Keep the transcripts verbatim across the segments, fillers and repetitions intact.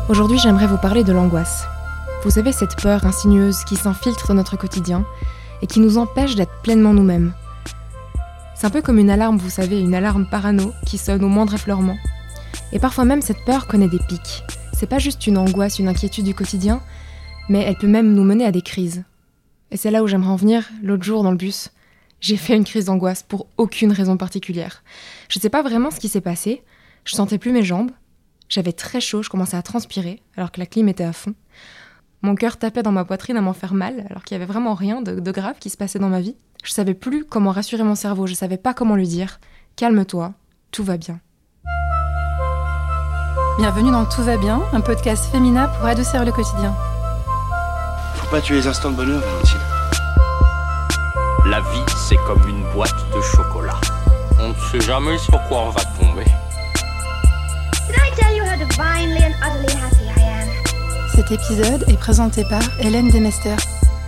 Aujourd'hui, j'aimerais vous parler de l'angoisse. Vous savez, cette peur insinueuse qui s'infiltre dans notre quotidien et qui nous empêche d'être pleinement nous-mêmes. C'est un peu comme une alarme, vous savez, une alarme parano qui sonne au moindre effleurement. Et parfois même, cette peur connaît des pics. C'est pas juste une angoisse, une inquiétude du quotidien, mais elle peut même nous mener à des crises. Et c'est là où j'aimerais en venir. L'autre jour, dans le bus, j'ai fait une crise d'angoisse pour aucune raison particulière. Je sais pas vraiment ce qui s'est passé, je sentais plus mes jambes, j'avais très chaud, je commençais à transpirer, alors que la clim était à fond. Mon cœur tapait dans ma poitrine à m'en faire mal, alors qu'il y avait vraiment rien de, de grave qui se passait dans ma vie. Je savais plus comment rassurer mon cerveau, je savais pas comment lui dire « Calme-toi, tout va bien ». Bienvenue dans Tout va bien, un podcast féminin pour adoucir le quotidien. Faut pas tuer les instants de bonheur, Valentine. La vie, c'est comme une boîte de chocolat. On ne sait jamais sur quoi on va tomber. Did I tell you how divinely and utterly happy I am? Cet épisode est présenté par Hélène Demester.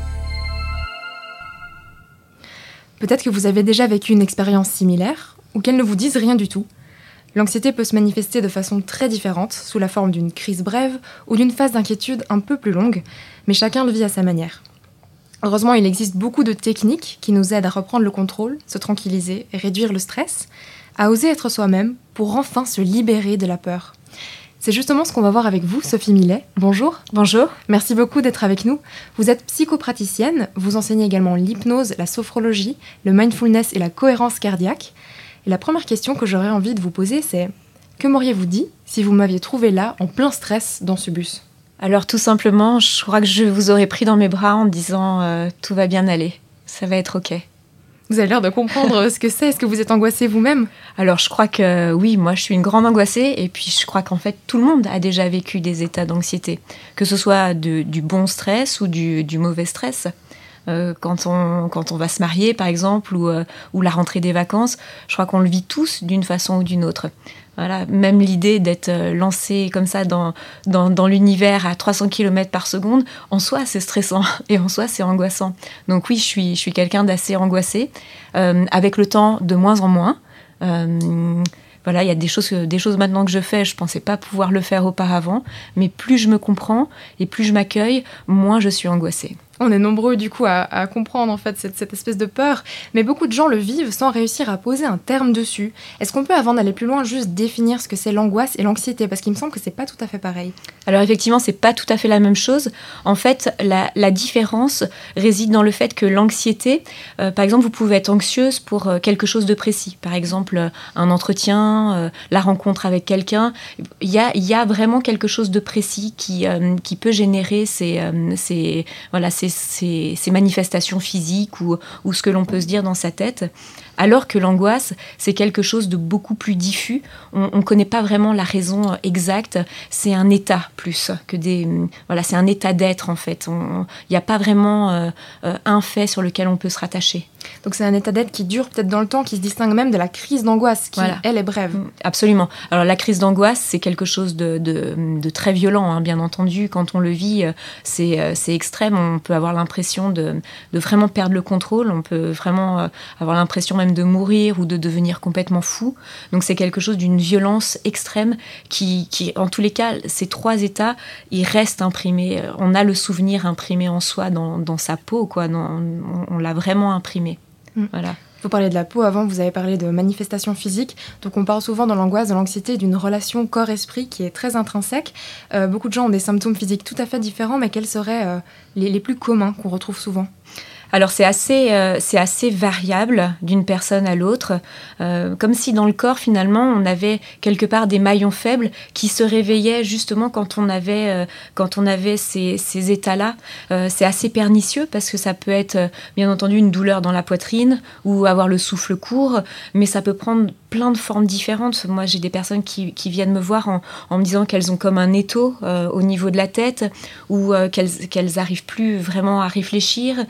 Peut-être que vous avez déjà vécu une expérience similaire, ou qu'elle ne vous dise rien du tout. L'anxiété peut se manifester de façon très différente, sous la forme d'une crise brève ou d'une phase d'inquiétude un peu plus longue, mais chacun le vit à sa manière. Heureusement, il existe beaucoup de techniques qui nous aident à reprendre le contrôle, se tranquilliser et réduire le stress, à oser être soi-même pour enfin se libérer de la peur. C'est justement ce qu'on va voir avec vous, Sophie Millet. Bonjour. Bonjour. Merci beaucoup d'être avec nous. Vous êtes psychopraticienne, vous enseignez également l'hypnose, la sophrologie, le mindfulness et la cohérence cardiaque. Et la première question que j'aurais envie de vous poser, c'est que m'auriez-vous dit si vous m'aviez trouvé là, en plein stress, dans ce bus ? Alors tout simplement, je crois que je vous aurais pris dans mes bras en disant euh, « tout va bien aller, ça va être ok ». Vous avez l'air de comprendre ce que c'est. Est-ce que vous êtes angoissée vous-même ? Alors je crois que oui, moi je suis une grande angoissée et puis je crois qu'en fait tout le monde a déjà vécu des états d'anxiété, que ce soit de, du bon stress ou du, du mauvais stress. Euh, quand, on, quand on va se marier par exemple ou, euh, ou la rentrée des vacances, je crois qu'on le vit tous d'une façon ou d'une autre. Voilà, même l'idée d'être lancé comme ça dans, dans, dans l'univers à trois cents kilomètres par seconde, en soi, c'est stressant et en soi, c'est angoissant. Donc oui, je suis, je suis quelqu'un d'assez angoissé, euh, avec le temps de moins en moins. Euh, voilà, il y a des choses, des choses maintenant que je fais, je ne pensais pas pouvoir le faire auparavant, mais plus je me comprends et plus je m'accueille, moins je suis angoissée. On est nombreux du coup à, à comprendre en fait cette, cette espèce de peur, mais beaucoup de gens le vivent sans réussir à poser un terme dessus. Est-ce qu'on peut, avant d'aller plus loin, juste définir ce que c'est l'angoisse et l'anxiété ? Parce qu'il me semble que c'est pas tout à fait pareil. Alors effectivement, c'est pas tout à fait la même chose. En fait, la, la différence réside dans le fait que l'anxiété, euh, par exemple, vous pouvez être anxieuse pour euh, quelque chose de précis. Par exemple, euh, un entretien, euh, la rencontre avec quelqu'un. Il y a, il y a vraiment quelque chose de précis qui, euh, qui peut générer ces, euh, ces, voilà, ces Ces, ces manifestations physiques ou, ou ce que l'on peut se dire dans sa tête, alors que l'angoisse, c'est quelque chose de beaucoup plus diffus. On ne connaît pas vraiment la raison exacte. C'est un état plus que des... Voilà, c'est un état d'être, en fait. Il n'y a pas vraiment euh, un fait sur lequel on peut se rattacher. Donc c'est un état d'être qui dure peut-être dans le temps, qui se distingue même de la crise d'angoisse, qui, voilà. Elle, est brève. Absolument. Alors la crise d'angoisse, c'est quelque chose de, de, de très violent, hein, bien entendu. Quand on le vit, c'est, c'est extrême. On peut avoir l'impression de, de vraiment perdre le contrôle. On peut vraiment avoir l'impression même de mourir ou de devenir complètement fou. Donc c'est quelque chose d'une violence extrême qui, qui, en tous les cas, ces trois états, ils restent imprimés. On a le souvenir imprimé en soi, dans, dans sa peau, quoi. Dans, on, on l'a vraiment imprimé. Voilà. Vous parlez de la peau avant, vous avez parlé de manifestations physiques. Donc on parle souvent dans l'angoisse, dans l'anxiété, d'une relation corps-esprit qui est très intrinsèque. Euh, beaucoup de gens ont des symptômes physiques tout à fait différents, mais quels seraient euh, les, les plus communs qu'on retrouve souvent ? Alors c'est assez, euh, c'est assez variable d'une personne à l'autre, euh, comme si dans le corps finalement on avait quelque part des maillons faibles qui se réveillaient justement quand on avait, euh, quand on avait ces, ces états-là. Euh, c'est assez pernicieux parce que ça peut être euh, bien entendu une douleur dans la poitrine ou avoir le souffle court, mais ça peut prendre plein de formes différentes. Moi j'ai des personnes qui, qui viennent me voir en, en me disant qu'elles ont comme un étau euh, au niveau de la tête ou euh, qu'elles, qu'elles arrivent plus vraiment à réfléchir. Euh,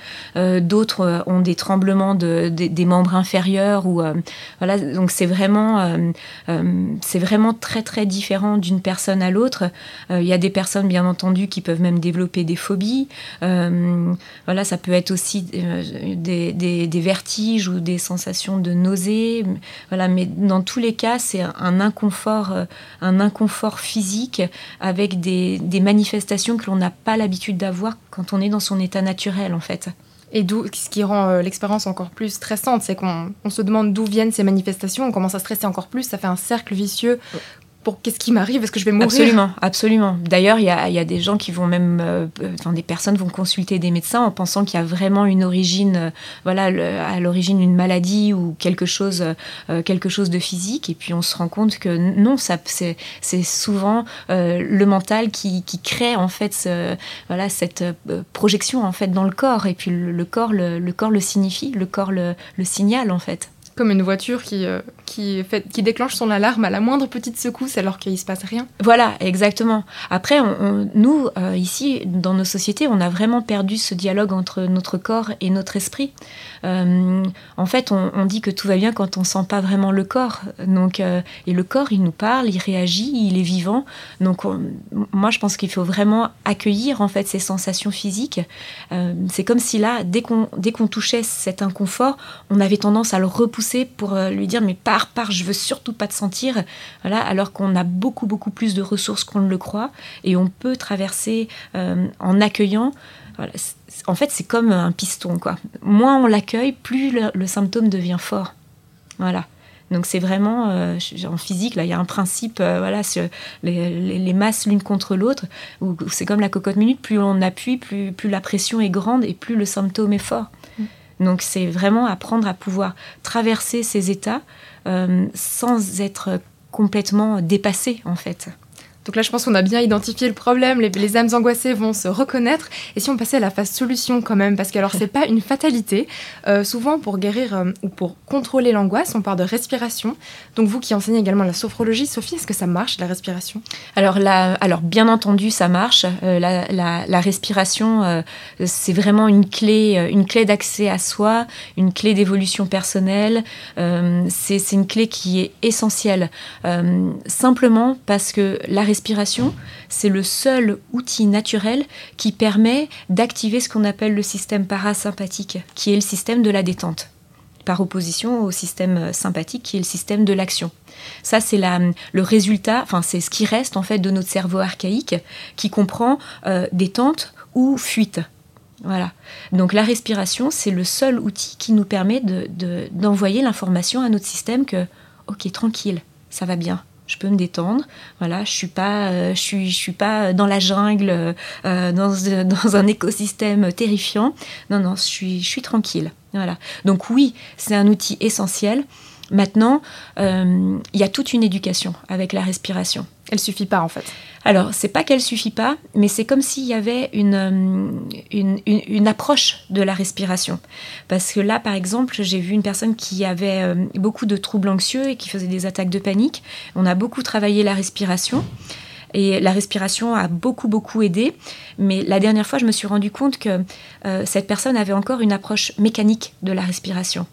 euh, d'autres euh, ont des tremblements de, de, des membres inférieurs. Ou, euh, voilà, donc c'est vraiment, euh, euh, c'est vraiment très très différent d'une personne à l'autre. Il euh, y a des personnes bien entendu qui peuvent même développer des phobies. Euh, voilà, ça peut être aussi euh, des, des, des vertiges ou des sensations de nausée. Voilà, mais dans tous les cas, c'est un inconfort, euh, un inconfort physique avec des, des manifestations que l'on n'a pas l'habitude d'avoir quand on est dans son état naturel, en fait. Et d'où, ce qui rend euh, l'expérience encore plus stressante, c'est qu'on on se demande d'où viennent ces manifestations, on commence à stresser encore plus, ça fait un cercle vicieux. Pour qu'est-ce qui m'arrive, est-ce que je vais mourir ? Absolument, absolument. D'ailleurs, il y a, y a des gens qui vont même, euh, enfin des personnes vont consulter des médecins en pensant qu'il y a vraiment une origine, euh, voilà, le, à l'origine une maladie ou quelque chose, euh, quelque chose de physique. Et puis on se rend compte que non, ça, c'est, c'est souvent euh, le mental qui, qui crée en fait, ce, voilà, cette euh, projection en fait dans le corps. Et puis le, le corps, le, le corps le signifie, le corps le, le signale en fait. Comme une voiture qui, euh, qui, fait, qui déclenche son alarme à la moindre petite secousse alors qu'il ne se passe rien. Voilà, exactement. Après, on, on, nous, euh, ici, dans nos sociétés, on a vraiment perdu ce dialogue entre notre corps et notre esprit. Euh, en fait, on, on dit que tout va bien quand on ne sent pas vraiment le corps. Donc, euh, et le corps, il nous parle, il réagit, il est vivant. Donc, on, moi, je pense qu'il faut vraiment accueillir en fait, ces sensations physiques. Euh, c'est comme si là, dès qu'on, dès qu'on touchait cet inconfort, on avait tendance à le repousser pour lui dire mais pars, pars, je veux surtout pas te sentir, voilà, alors qu'on a beaucoup beaucoup plus de ressources qu'on ne le croit et on peut traverser euh, en accueillant. Voilà. En fait, c'est comme un piston, quoi. Moins on l'accueille, plus le, le symptôme devient fort. Voilà. Donc c'est vraiment euh, en physique là, il y a un principe, euh, voilà, sur les, les, les masses l'une contre l'autre, où, où c'est comme la cocotte minute, plus on appuie, plus plus la pression est grande et plus le symptôme est fort. Mm. Donc c'est vraiment apprendre à pouvoir traverser ces états euh, sans être complètement dépassé en fait. Donc là, je pense qu'on a bien identifié le problème, les, les âmes angoissées vont se reconnaître. Et si on passait à la phase solution quand même, parce que alors c'est pas une fatalité. Euh, souvent, pour guérir euh, ou pour contrôler l'angoisse, on parle de respiration. Donc vous qui enseignez également la sophrologie, Sophie, est-ce que ça marche, la respiration ? Alors, la, alors bien entendu, ça marche. Euh, la, la, la respiration, euh, c'est vraiment une clé, une clé d'accès à soi, une clé d'évolution personnelle. Euh, c'est, c'est une clé qui est essentielle. Euh, simplement parce que la respiration, Respiration, c'est le seul outil naturel qui permet d'activer ce qu'on appelle le système parasympathique, qui est le système de la détente, par opposition au système sympathique, qui est le système de l'action. Ça, c'est la, le résultat, enfin, c'est ce qui reste en fait de notre cerveau archaïque, qui comprend euh, détente ou fuite. Voilà. Donc la respiration, c'est le seul outil qui nous permet de, de, d'envoyer l'information à notre système que, ok, tranquille, ça va bien. Je peux me détendre, voilà, je suis pas, euh, je suis, je suis pas dans la jungle, euh, dans, dans un écosystème terrifiant. Non, non, je suis, je suis tranquille, voilà. Donc oui, c'est un outil essentiel. Maintenant, euh, il y a toute une éducation avec la respiration. Elle suffit pas en fait. Alors, c'est pas qu'elle suffit pas, mais c'est comme s'il y avait une, une, une, une approche de la respiration. Parce que là, par exemple, j'ai vu une personne qui avait euh, beaucoup de troubles anxieux et qui faisait des attaques de panique. On a beaucoup travaillé la respiration. Et la respiration a beaucoup, beaucoup aidé. Mais la dernière fois, je me suis rendu compte que euh, cette personne avait encore une approche mécanique de la respiration.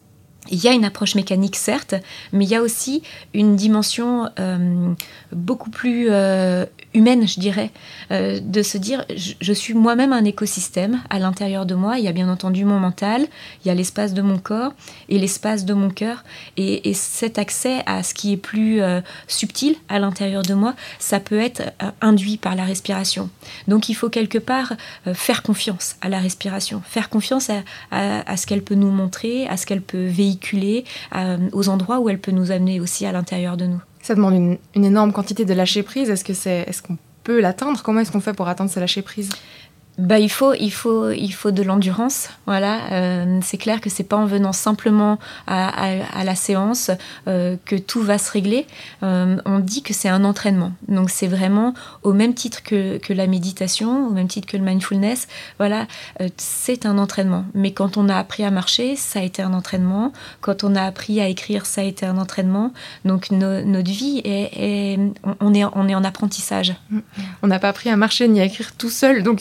Il y a une approche mécanique, certes, mais il y a aussi une dimension euh, beaucoup plus euh, humaine, je dirais, euh, de se dire, je, je suis moi-même un écosystème à l'intérieur de moi. Il y a bien entendu mon mental, il y a l'espace de mon corps et l'espace de mon cœur. Et, et cet accès à ce qui est plus euh, subtil à l'intérieur de moi, ça peut être euh, induit par la respiration. Donc il faut quelque part euh, faire confiance à la respiration, faire confiance à, à, à ce qu'elle peut nous montrer, à ce qu'elle peut véhiculer, Euh, aux endroits où elle peut nous amener aussi à l'intérieur de nous. Ça demande une, une énorme quantité de lâcher prise. Est-ce que c'est, est-ce qu'on peut l'atteindre ? Comment est-ce qu'on fait pour atteindre ce lâcher prise ? Bah, il faut, il faut, il faut de l'endurance. Voilà, euh, c'est clair que c'est pas en venant simplement à, à, à la séance euh, que tout va se régler. Euh, on dit que c'est un entraînement. Donc c'est vraiment au même titre que, que la méditation, au même titre que le mindfulness. Voilà, euh, c'est un entraînement. Mais quand on a appris à marcher, ça a été un entraînement. Quand on a appris à écrire, ça a été un entraînement. Donc no, notre vie est, est, on est, on est en apprentissage. On n'a pas appris à marcher ni à écrire tout seul. Donc il y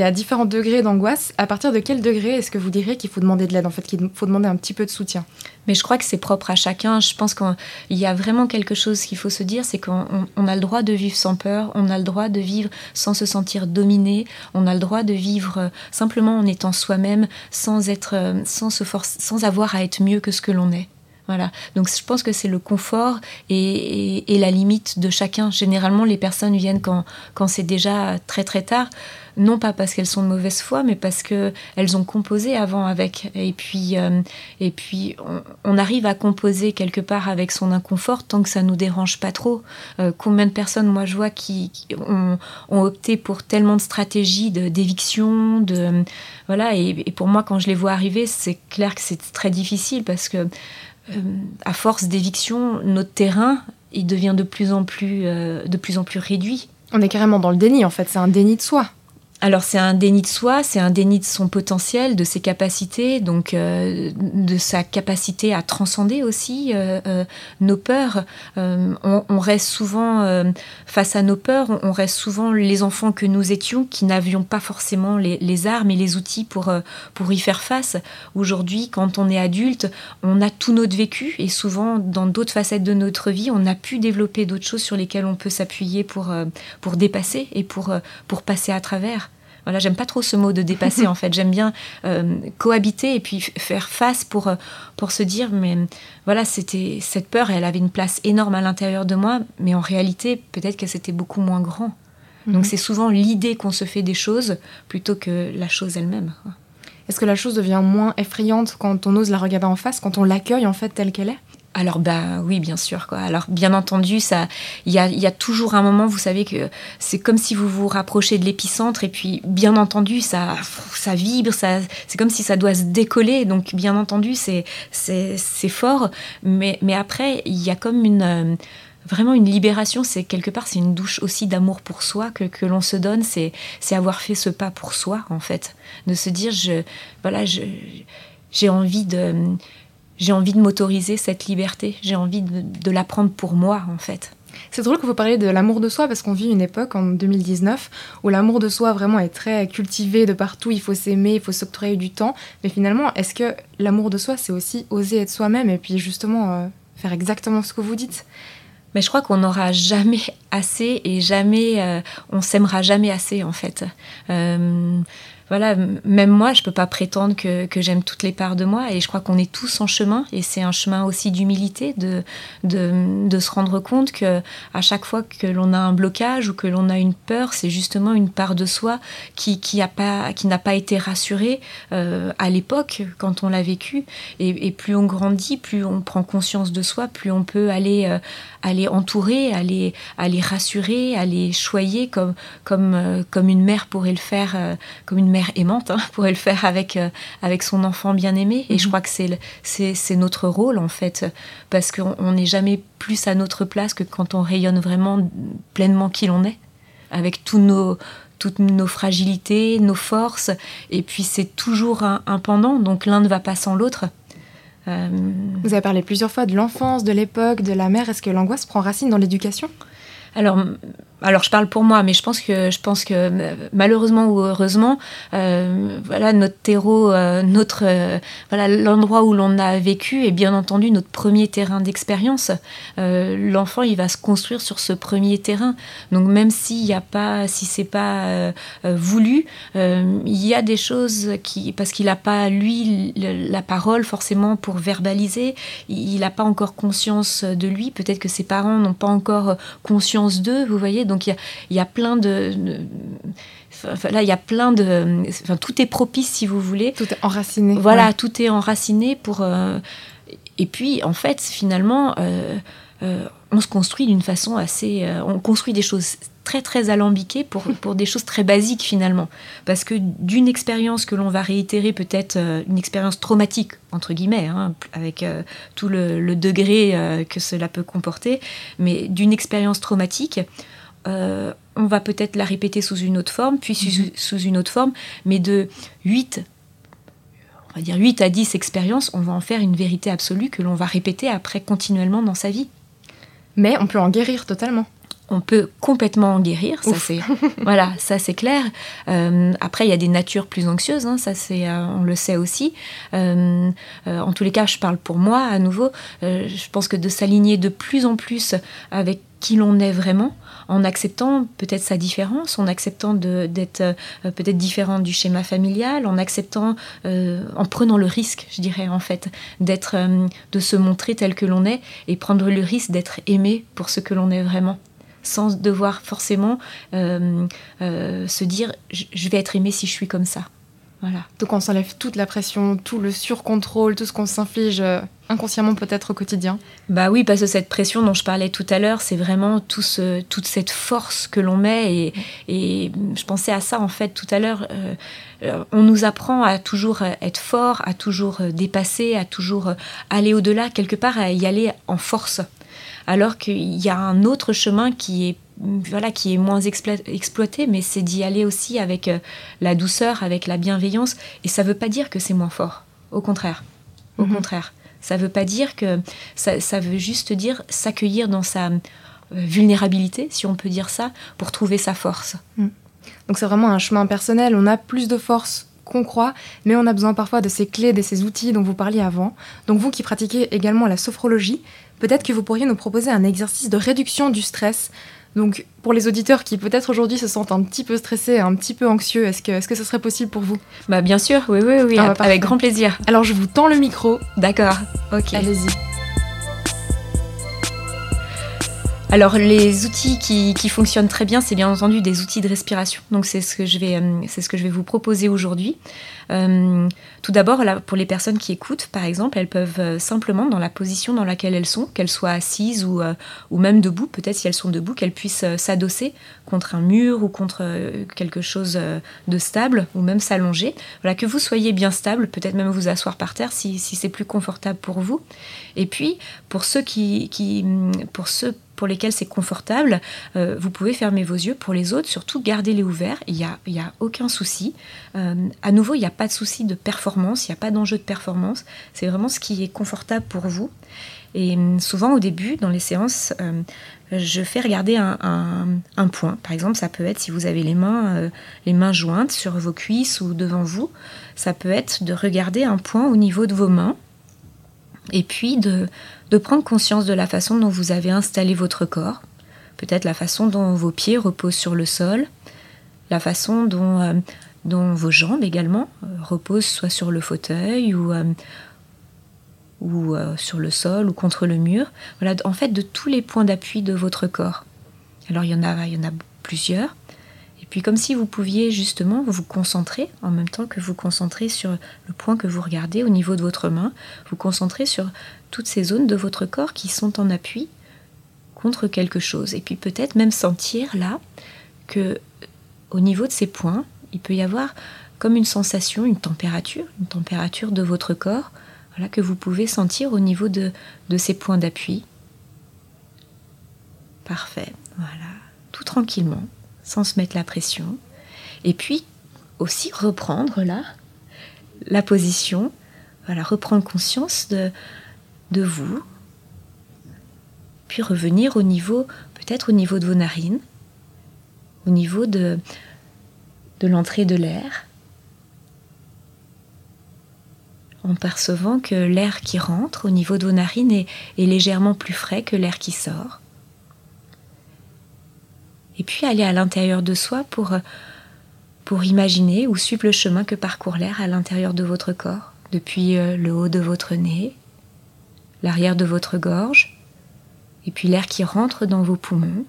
y a différents degrés d'angoisse. À partir de quel degré est-ce que vous direz qu'il faut demander de l'aide, en fait, qu'il faut demander un petit peu de soutien ? Mais je crois que c'est propre à chacun. Je pense qu'il y a vraiment quelque chose qu'il faut se dire, c'est qu'on on a le droit de vivre sans peur, on a le droit de vivre sans se sentir dominé, on a le droit de vivre simplement en étant soi-même, sans être, sans se forcer, sans avoir à être mieux que ce que l'on est. Voilà. Donc je pense que c'est le confort et, et, et la limite de chacun. Généralement, les personnes viennent quand, quand c'est déjà très très tard, non pas parce qu'elles sont de mauvaise foi, mais parce qu'elles ont composé avant avec. Et puis, euh, et puis on, on arrive à composer quelque part avec son inconfort tant que ça ne nous dérange pas trop. Euh, combien de personnes, moi je vois, qui, qui ont, ont opté pour tellement de stratégies de, d'éviction, de, voilà, et, et pour moi, quand je les vois arriver, c'est clair que c'est très difficile parce que Euh, à force d'éviction, notre terrain, il devient de plus en plus, euh, de plus en plus réduit. On est carrément dans le déni, en fait, c'est un déni de soi. Alors c'est un déni de soi, c'est un déni de son potentiel, de ses capacités, donc euh, de sa capacité à transcender aussi euh, euh, nos peurs. Euh, on, on reste souvent euh, face à nos peurs, on reste souvent les enfants que nous étions, qui n'avions pas forcément les, les armes et les outils pour, euh, pour y faire face. Aujourd'hui, quand on est adulte, on a tout notre vécu et souvent dans d'autres facettes de notre vie, on a pu développer d'autres choses sur lesquelles on peut s'appuyer pour, euh, pour dépasser et pour, euh, pour passer à travers. Voilà, j'aime pas trop ce mot de dépasser, en fait. J'aime bien euh, cohabiter et puis f- faire face pour, pour se dire, mais voilà, c'était, cette peur, elle avait une place énorme à l'intérieur de moi, mais en réalité, peut-être que c'était beaucoup moins grand. Mm-hmm. Donc c'est souvent l'idée qu'on se fait des choses plutôt que la chose elle-même. Est-ce que la chose devient moins effrayante quand on ose la regarder en face, quand on l'accueille, en fait, telle qu'elle est ? Alors bah oui, bien sûr, quoi. Alors bien entendu, ça, il y a, y a toujours un moment, vous savez que c'est comme si vous vous rapprochez de l'épicentre et puis bien entendu, ça, ça vibre, ça, c'est comme si ça doit se décoller. Donc bien entendu, c'est, c'est, c'est fort, mais, mais après il y a comme une euh, vraiment une libération. C'est quelque part, c'est une douche aussi d'amour pour soi que que l'on se donne. C'est, c'est avoir fait ce pas pour soi, en fait, de se dire, je, voilà, je, j'ai envie de J'ai envie de m'autoriser cette liberté. J'ai envie de, de la prendre pour moi, en fait. C'est drôle que vous parliez de l'amour de soi, parce qu'on vit une époque, en deux mille dix-neuf, où l'amour de soi vraiment est très cultivé de partout. Il faut s'aimer, il faut s'octroyer du temps. Mais finalement, est-ce que l'amour de soi, c'est aussi oser être soi-même et puis justement euh, faire exactement ce que vous dites ? Mais je crois qu'on n'aura jamais assez et jamais... Euh, on s'aimera jamais assez, en fait. Euh, Voilà, même moi, je peux pas prétendre que, que j'aime toutes les parts de moi, et je crois qu'on est tous en chemin, et c'est un chemin aussi d'humilité, de, de, de se rendre compte que à chaque fois que l'on a un blocage ou que l'on a une peur, c'est justement une part de soi qui, qui, a pas, qui n'a pas été rassurée euh, à l'époque, quand on l'a vécu, et, et plus on grandit, plus on prend conscience de soi, plus on peut aller, euh, aller entourer, aller, aller rassurer, aller choyer comme, comme, euh, comme une mère pourrait le faire, euh, comme une mère aimante hein, pourrait le faire avec, euh, avec son enfant bien-aimé. Et mmh. je crois que c'est, le, c'est, c'est notre rôle, en fait, parce qu'on n'est jamais plus à notre place que quand on rayonne vraiment pleinement qui l'on est, avec tous nos, toutes nos fragilités, nos forces. Et puis, c'est toujours un, un pendant, donc l'un ne va pas sans l'autre. Euh... Vous avez parlé plusieurs fois de l'enfance, de l'époque, de la mère. Est-ce que l'angoisse prend racine dans l'éducation ? Alors, alors, je parle pour moi, mais je pense que, je pense que malheureusement ou heureusement, euh, voilà, notre terreau, euh, notre, euh, voilà, l'endroit où l'on a vécu est bien entendu notre premier terrain d'expérience. Euh, l'enfant, il va se construire sur ce premier terrain. Donc, même s'il y a pas, si c'est pas euh, euh, voulu, euh, il y a des choses qui, parce qu'il n'a pas lui la parole forcément pour verbaliser, il n'a pas encore conscience de lui. Peut-être que ses parents n'ont pas encore conscience d'eux. Vous voyez. Donc il y a, il y a plein de, de enfin, là il y a plein de, enfin, tout est propice si vous voulez. Tout est enraciné. Voilà, ouais. Tout est enraciné pour. Euh, et puis en fait finalement, euh, euh, on se construit d'une façon assez, euh, on construit des choses très très alambiquées pour pour des choses très basiques finalement, parce que d'une expérience que l'on va réitérer peut-être euh, une expérience traumatique entre guillemets, hein, avec euh, tout le, le degré euh, que cela peut comporter, mais d'une expérience traumatique. Euh, on va peut-être la répéter sous une autre forme, puis sous, sous une autre forme, mais de huit, on va dire huit à dix expériences, on va en faire une vérité absolue que l'on va répéter après continuellement dans sa vie. Mais on peut en guérir totalement. on peut complètement en guérir, ça c'est, voilà, ça c'est clair. Euh, après, il y a des natures plus anxieuses, hein, ça c'est, euh, on le sait aussi. Euh, euh, en tous les cas, je parle pour moi à nouveau. Euh, je pense que de s'aligner de plus en plus avec qui l'on est vraiment, en acceptant peut-être sa différence, en acceptant de, d'être euh, peut-être différent du schéma familial, en acceptant, euh, en prenant le risque, je dirais en fait, d'être, euh, de se montrer tel que l'on est et prendre le risque d'être aimé pour ce que l'on est vraiment, sans devoir forcément euh, euh, se dire je, je vais être aimé si je suis comme ça. Voilà. Donc on s'enlève toute la pression, tout le surcontrôle, tout ce qu'on s'inflige euh, inconsciemment peut-être au quotidien. Bah oui, parce que cette pression dont je parlais tout à l'heure, c'est vraiment tout ce, toute cette force que l'on met. Et, et je pensais à ça en fait tout à l'heure. Euh, on nous apprend à toujours être fort, à toujours dépasser, à toujours aller au-delà, quelque part à y aller en force. Alors qu'il y a un autre chemin qui est Voilà, qui est moins explo- exploité, mais c'est d'y aller aussi avec euh, la douceur, avec la bienveillance. Et ça ne veut pas dire que c'est moins fort. Au contraire. Au mmh. contraire. Ça ne veut pas dire que... Ça, ça veut juste dire s'accueillir dans sa euh, vulnérabilité, si on peut dire ça, pour trouver sa force. Mmh. Donc c'est vraiment un chemin personnel. On a plus de force qu'on croit, mais on a besoin parfois de ces clés, de ces outils dont vous parliez avant. Donc vous qui pratiquez également la sophrologie, peut-être que vous pourriez nous proposer un exercice de réduction du stress. Donc, pour les auditeurs qui peut-être aujourd'hui se sentent un petit peu stressés, un petit peu anxieux, est-ce que, est-ce que ce serait possible pour vous ? Bah bien sûr, oui, oui, oui, ah, bah, avec grand plaisir. Alors, je vous tends le micro. D'accord, ok. Allez-y. Alors, les outils qui, qui fonctionnent très bien, c'est bien entendu des outils de respiration. Donc, c'est ce que je vais, euh, c'est ce que je vais vous proposer aujourd'hui. Euh, tout d'abord, là, pour les personnes qui écoutent, par exemple, elles peuvent euh, simplement, dans la position dans laquelle elles sont, qu'elles soient assises ou, euh, ou même debout, peut-être si elles sont debout, qu'elles puissent euh, s'adosser contre un mur ou contre euh, quelque chose euh, de stable, ou même s'allonger. Voilà, que vous soyez bien stable, peut-être même vous asseoir par terre si, si c'est plus confortable pour vous. Et puis, pour ceux qui, qui pour ceux pour lesquels c'est confortable, euh, vous pouvez fermer vos yeux. Pour les autres, surtout, gardez-les ouverts. Il n'y a, il y a aucun souci. Euh, à nouveau, il n'y a pas de souci de performance, il n'y a pas d'enjeu de performance. C'est vraiment ce qui est confortable pour vous. Et souvent, au début, dans les séances, euh, je fais regarder un, un, un point. Par exemple, ça peut être, si vous avez les mains, euh, les mains jointes sur vos cuisses ou devant vous, ça peut être de regarder un point au niveau de vos mains. Et puis de, de prendre conscience de la façon dont vous avez installé votre corps, peut-être la façon dont vos pieds reposent sur le sol, la façon dont, euh, dont vos jambes également euh, reposent soit sur le fauteuil ou, euh, ou euh, sur le sol ou contre le mur. Voilà, en fait, de tous les points d'appui de votre corps. Alors, il y en a, il y en a plusieurs. Puis comme si vous pouviez justement vous concentrer, en même temps que vous concentrez sur le point que vous regardez au niveau de votre main, vous concentrez sur toutes ces zones de votre corps qui sont en appui contre quelque chose. Et puis peut-être même sentir là que au niveau de ces points, il peut y avoir comme une sensation, une température, une température de votre corps, voilà, que vous pouvez sentir au niveau de, de ces points d'appui. Parfait, voilà, tout tranquillement, sans se mettre la pression. Et puis aussi reprendre là la position, voilà, reprendre conscience de, de vous, puis revenir au niveau, peut-être au niveau de vos narines, au niveau de, de l'entrée de l'air, en percevant que l'air qui rentre au niveau de vos narines est, est légèrement plus frais que l'air qui sort. Et puis aller à l'intérieur de soi pour, pour imaginer ou suivre le chemin que parcourt l'air à l'intérieur de votre corps, depuis le haut de votre nez, l'arrière de votre gorge, et puis l'air qui rentre dans vos poumons.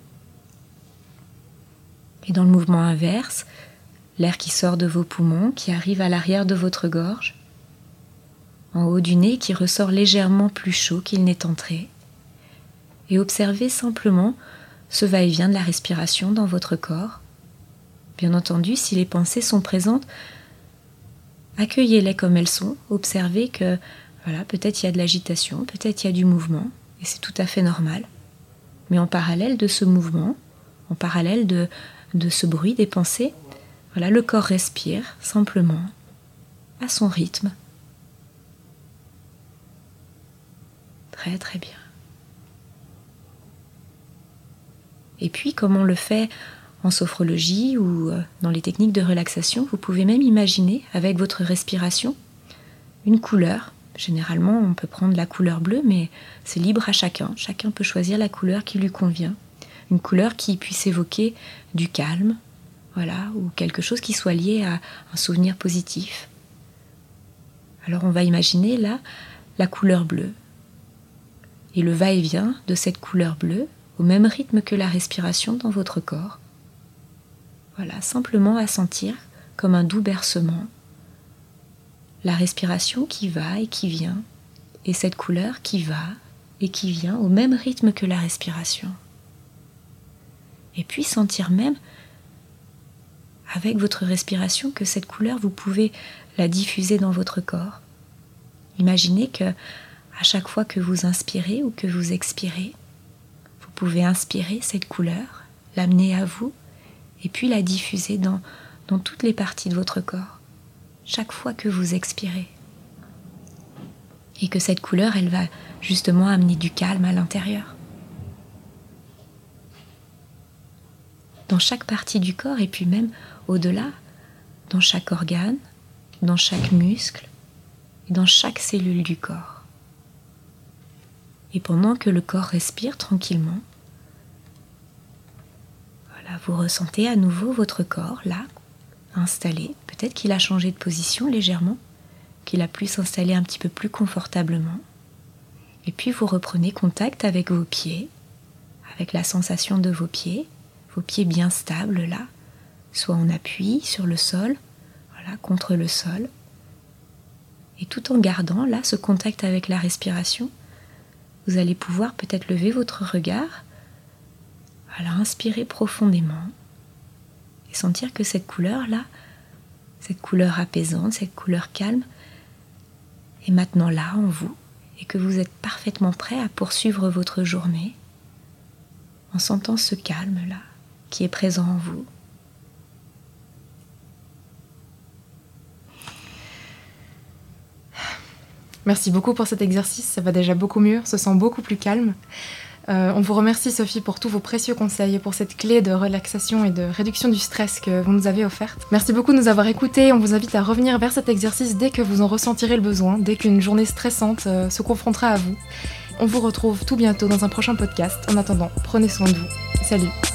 Et dans le mouvement inverse, l'air qui sort de vos poumons, qui arrive à l'arrière de votre gorge, en haut du nez, qui ressort légèrement plus chaud qu'il n'est entré. Et observez simplement ce va-et-vient de la respiration dans votre corps. Bien entendu, si les pensées sont présentes, accueillez-les comme elles sont, observez que voilà, peut-être il y a de l'agitation, peut-être il y a du mouvement, et c'est tout à fait normal. Mais en parallèle de ce mouvement, en parallèle de, de ce bruit des pensées, voilà, le corps respire simplement, à son rythme. Très très bien. Et puis, comme on le fait en sophrologie ou dans les techniques de relaxation, vous pouvez même imaginer, avec votre respiration, une couleur. Généralement, on peut prendre la couleur bleue, mais c'est libre à chacun. Chacun peut choisir la couleur qui lui convient. Une couleur qui puisse évoquer du calme, voilà, ou quelque chose qui soit lié à un souvenir positif. Alors on va imaginer là la couleur bleue et le va-et-vient de cette couleur bleue au même rythme que la respiration dans votre corps. Voilà, simplement à sentir comme un doux bercement la respiration qui va et qui vient, et cette couleur qui va et qui vient au même rythme que la respiration. Et puis sentir même, avec votre respiration, que cette couleur, vous pouvez la diffuser dans votre corps. Imaginez que, à chaque fois que vous inspirez ou que vous expirez, vous pouvez inspirer cette couleur, l'amener à vous, et puis la diffuser dans, dans toutes les parties de votre corps. Chaque fois que vous expirez. Et que cette couleur, elle va justement amener du calme à l'intérieur. Dans chaque partie du corps et puis même au-delà, dans chaque organe, dans chaque muscle et dans chaque cellule du corps. Et pendant que le corps respire tranquillement, voilà, vous ressentez à nouveau votre corps là, installé. Peut-être qu'il a changé de position légèrement, qu'il a pu s'installer un petit peu plus confortablement. Et puis vous reprenez contact avec vos pieds, avec la sensation de vos pieds, vos pieds bien stables là, soit en appui sur le sol, voilà, contre le sol. Et tout en gardant là ce contact avec la respiration, vous allez pouvoir peut-être lever votre regard, voilà, inspirer profondément et sentir que cette couleur là, cette couleur apaisante, cette couleur calme, est maintenant là en vous et que vous êtes parfaitement prêt à poursuivre votre journée en sentant ce calme là qui est présent en vous. Merci beaucoup pour cet exercice, ça va déjà beaucoup mieux, on se sent beaucoup plus calme. Euh, on vous remercie Sophie pour tous vos précieux conseils et pour cette clé de relaxation et de réduction du stress que vous nous avez offerte. Merci beaucoup de nous avoir écoutés, on vous invite à revenir vers cet exercice dès que vous en ressentirez le besoin, dès qu'une journée stressante euh, se confrontera à vous. On vous retrouve tout bientôt dans un prochain podcast. En attendant, prenez soin de vous. Salut!